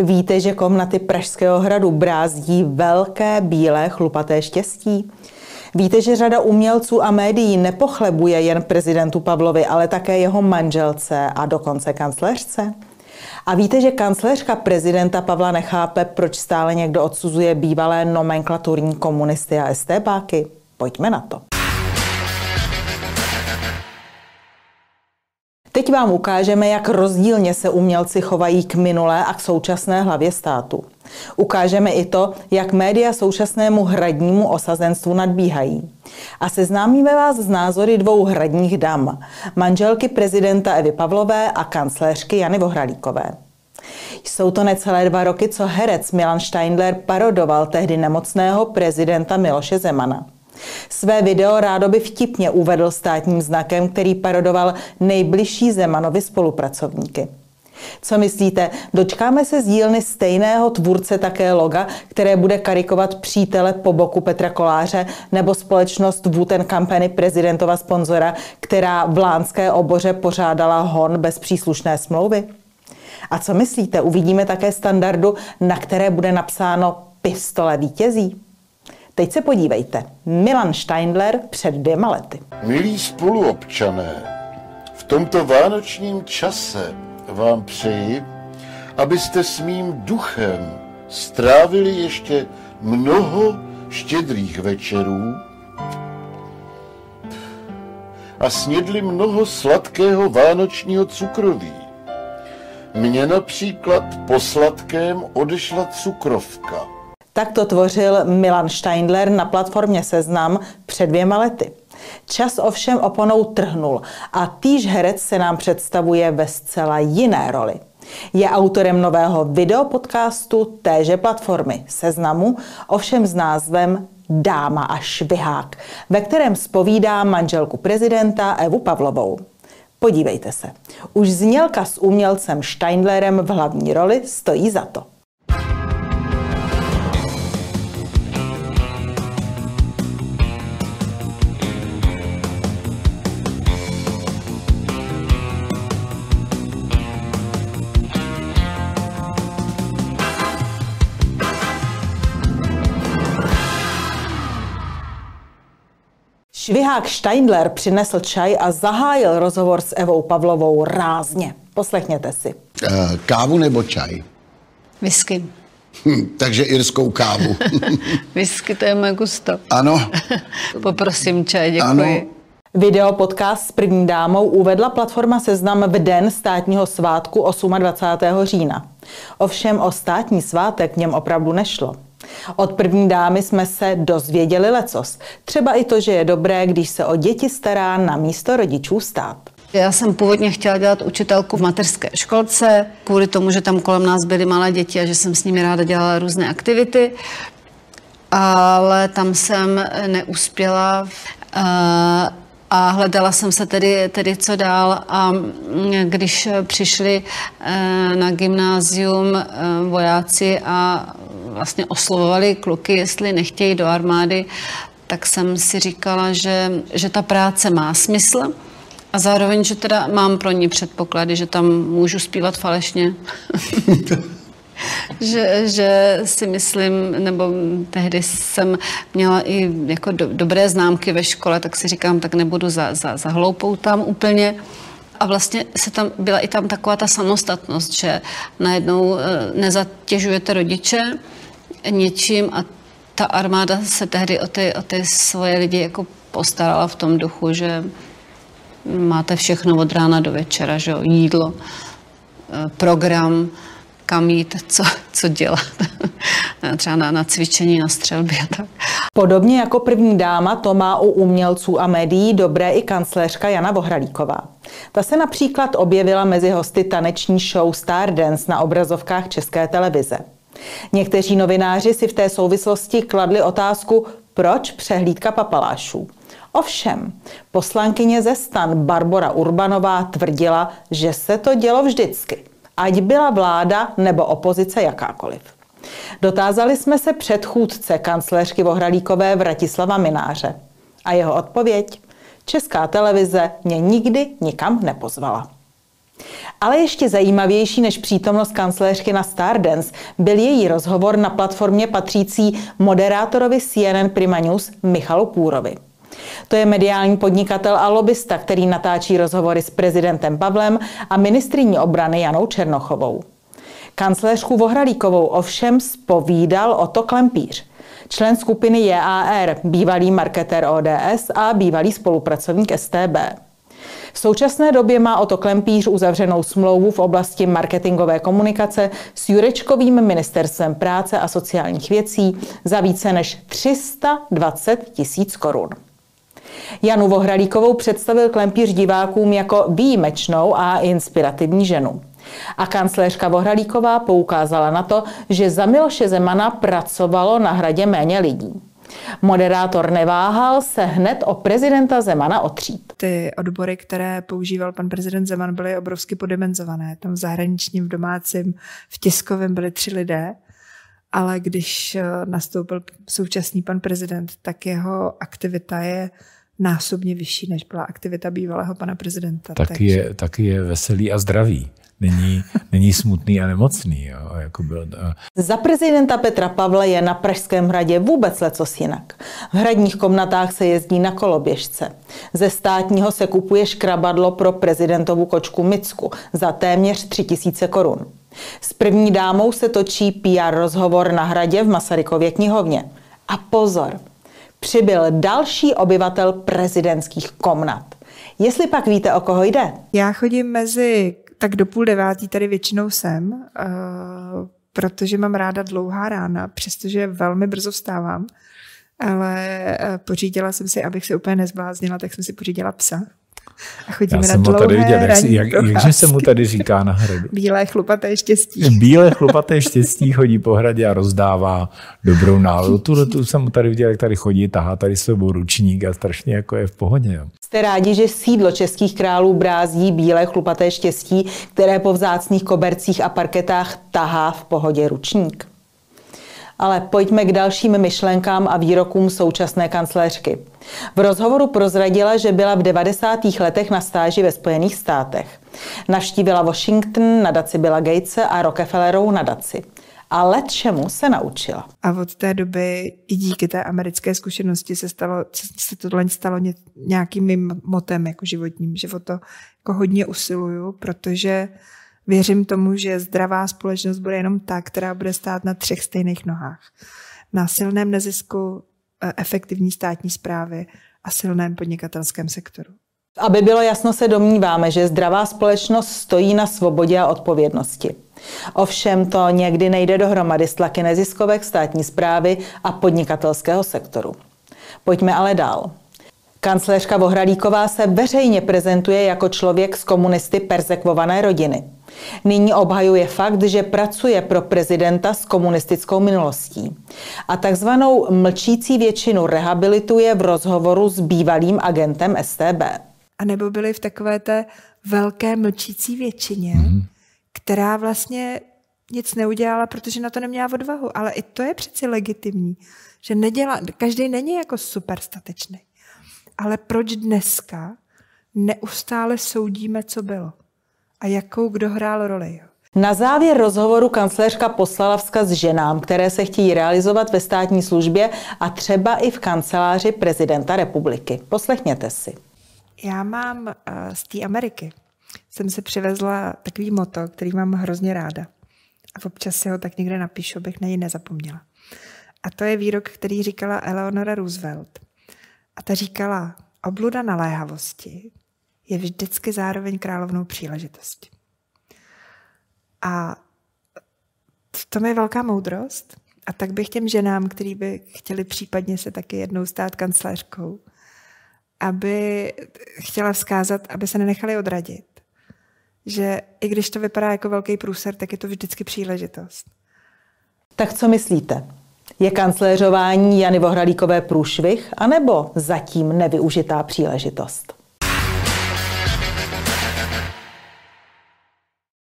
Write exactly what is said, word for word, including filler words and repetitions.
Víte, že komnaty Pražského hradu brázdí velké bílé chlupaté štěstí? Víte, že řada umělců a médií nepochlebuje jen prezidentu Pavlovi, ale také jeho manželce a dokonce kancléřce? A víte, že kancléřka prezidenta Pavla nechápe, proč stále někdo odsuzuje bývalé nomenklaturní komunisty a estébáky? Pojďme na to. Teď vám ukážeme, jak rozdílně se umělci chovají k minulé a k současné hlavě státu. Ukážeme i to, jak média současnému hradnímu osazenstvu nadbíhají. A seznámíme vás s názory dvou hradních dam, manželky prezidenta Evy Pavlové a kancléřky Jany Vohralíkové. Jsou to necelé dva roky, co herec Milan Steindler parodoval tehdy nemocného prezidenta Miloše Zemana. Své video rádoby vtipně uvedl státním znakem, který parodoval nejbližší Zemanovi spolupracovníky. Co myslíte, dočkáme se z dílny stejného tvůrce také loga, které bude karikovat přítele po boku Petra Koláře, nebo společnost Wooten Company prezidentova sponzora, která v lánské oboře pořádala hon bez příslušné smlouvy? A co myslíte, uvidíme také standardu, na které bude napsáno Pistole vítězí? Teď se podívejte. Milan Steindler před dvěma lety. Milí spoluobčané, v tomto vánočním čase vám přeji, abyste s mým duchem strávili ještě mnoho štědrých večerů a snědli mnoho sladkého vánočního cukroví. Mně například po sladkém odešla cukrovka. Tak to tvořil Milan Steindler na platformě Seznam před dvěma lety. Čas ovšem oponou trhnul a týž herec se nám představuje ve zcela jiné roli. Je autorem nového videopodcastu téže platformy Seznamu, ovšem s názvem Dáma a švihák, ve kterém zpovídá manželku prezidenta Evu Pavlovou. Podívejte se, už znělka s umělcem Steindlerem v hlavní roli stojí za to. Švihák Steindler přinesl čaj a zahájil rozhovor s Evou Pavlovou rázně. Poslechněte si. Kávu nebo čaj? Whisky. Hm, takže irskou kávu. Whisky, to je moje gusto. Ano. Poprosím čaj, děkuji. Ano. Video podcast s první dámou uvedla platforma Seznam v den státního svátku dvacátého osmého října. Ovšem o státní svátek v něm opravdu nešlo. Od první dámy jsme se dozvěděli lecos. Třeba i to, že je dobré, když se o děti stará na místo rodičů stát. Já jsem původně chtěla dělat učitelku v mateřské školce, kvůli tomu, že tam kolem nás byly malé děti a že jsem s nimi ráda dělala různé aktivity, ale tam jsem neuspěla a hledala jsem se tedy, tedy co dál, a když přišli na gymnázium vojáci a vlastně oslovovali kluky, jestli nechtějí do armády, tak jsem si říkala, že, že ta práce má smysl a zároveň, že teda mám pro ní předpoklady, že tam můžu zpívat falešně. že, že si myslím, nebo tehdy jsem měla i jako do, dobré známky ve škole, tak si říkám, tak nebudu za, za, za hloupou tam úplně. A vlastně se tam, byla i tam taková ta samostatnost, že najednou nezatěžujete rodiče něčím a ta armáda se tehdy o ty, o ty svoje lidi jako postarala v tom duchu, že máte všechno od rána do večera, že jo, jídlo, program, kam jít, co, co dělat. Třeba na, na cvičení, na střelby a tak. Podobně jako první dáma to má u umělců a médií dobré i kancléřka Jana Vohralíková. Ta se například objevila mezi hosty taneční show Star Dance na obrazovkách České televize. Někteří novináři si v té souvislosti kladli otázku, proč přehlídka papalášů. Ovšem, poslankyně ze STAN Barbora Urbanová tvrdila, že se to dělo vždycky, ať byla vláda nebo opozice jakákoliv. Dotázali jsme se předchůdce kancléřky Vohralíkové Vratislava Mináře. A jeho odpověď? Česká televize mě nikdy nikam nepozvala. Ale ještě zajímavější než přítomnost kancléřky na Stardance byl její rozhovor na platformě patřící moderátorovi C N N Prima News Michalu Půrovi. To je mediální podnikatel a lobista, který natáčí rozhovory s prezidentem Pavlem a ministryní obrany Janou Černochovou. Kancléřku Vohralíkovou ovšem zpovídal Otto Klempíř, člen skupiny J A R, bývalý marketér O D S a bývalý spolupracovník S T B. V současné době má Otto Klempíř uzavřenou smlouvu v oblasti marketingové komunikace s Jurečkovým ministerstvem práce a sociálních věcí za více než tři sta dvacet tisíc korun. Janu Vohralíkovou představil Klempíř divákům jako výjimečnou a inspirativní ženu. A kancléřka Vohralíková poukázala na to, že za Miloše Zemana pracovalo na Hradě méně lidí. Moderátor neváhal se hned o prezidenta Zemana otřít. Ty odbory, které používal pan prezident Zeman, byly obrovsky podimenzované. Tam v zahraničním, v domácím, v tiskovém byli tři lidé, ale když nastoupil současný pan prezident, tak jeho aktivita je násobně vyšší, než byla aktivita bývalého pana prezidenta. Taky, takže... je, taky je veselý a zdravý. Není, není smutný a nemocný. Jo, jako byl, a... Za prezidenta Petra Pavla je na Pražském hradě vůbec lecos jinak. V hradních komnatách se jezdí na koloběžce. Ze státního se kupuje škrabadlo pro prezidentovu kočku Micku za téměř tři tisíce korun. S první dámou se točí P R rozhovor na hradě v Masarykově knihovně. A pozor, přibyl další obyvatel prezidentských komnat. Jestli pak víte, o koho jde? Já chodím mezi tak do půl devátý tady většinou jsem, uh, protože mám ráda dlouhá rána, přestože velmi brzo vstávám, ale uh, pořídila jsem si, abych se úplně nezbláznila, tak jsem si pořídila psa. A chodíme na dlouhé tady viděl, jak, jak, jakže se mu tady říká na hradu? Bílé chlupaté štěstí. Bílé chlupaté štěstí chodí po hradě a rozdává dobrou náladu. Tu, tu jsem mu tady viděl, jak tady chodí, tahá tady s sebou ručník a strašně jako je v pohodě. Jo. Jste rádi, že sídlo českých králů brází bílé chlupaté štěstí, které po vzácných kobercích a parketách tahá v pohodě ručník? Ale pojďme k dalším myšlenkám a výrokům současné kancléřky. V rozhovoru prozradila, že byla v devadesátých letech na stáži ve Spojených státech. Navštívila Washington, nadaci Billa Gatese a Rockefellerovu nadaci. A letčemu se naučila. A od té doby i díky té americké zkušenosti se, stalo, se tohle stalo nějakým mým motem jako životním, že o to jako hodně usiluju, protože věřím tomu, že zdravá společnost bude jenom ta, která bude stát na třech stejných nohách. Na silném nezisku, efektivní státní správy a silném podnikatelském sektoru. Aby bylo jasno, se domníváme, že zdravá společnost stojí na svobodě a odpovědnosti. Ovšem to někdy nejde dohromady s tlaky neziskovek, státní správy a podnikatelského sektoru. Pojďme ale dál. Kancléřka Vohralíková se veřejně prezentuje jako člověk z komunisty perzekvované rodiny. Nyní obhajuje fakt, že pracuje pro prezidenta s komunistickou minulostí. A takzvanou mlčící většinu rehabilituje v rozhovoru s bývalým agentem S T B. A nebo byli v takové té velké mlčící většině, mm. která vlastně nic neudělala, protože na to neměla odvahu. Ale i to je přeci legitimní, že nedělá, každý není jako super statečný. Ale proč dneska neustále soudíme, co bylo? A jakou kdo hrál roli? Na závěr rozhovoru kancléřka poslala vzkaz ženám, které se chtějí realizovat ve státní službě a třeba i v kanceláři prezidenta republiky. Poslechněte si. Já mám uh, z té Ameriky. Jsem si přivezla takový motto, který mám hrozně ráda. A občas si ho tak někde napíšu, abych na něj nezapomněla. A to je výrok, který říkala Eleonora Roosevelt. A ta říkala, obluda naléhavosti je vždycky zároveň královnou příležitosti. A v tom je velká moudrost. A tak bych těm ženám, který by chtěli případně se taky jednou stát kancléřkou, aby chtěla vzkázat, aby se nenechali odradit. Že i když to vypadá jako velký průser, tak je to vždycky příležitost. Tak co myslíte? Je kancléřování Jany Vohralíkové průšvih, anebo zatím nevyužitá příležitost?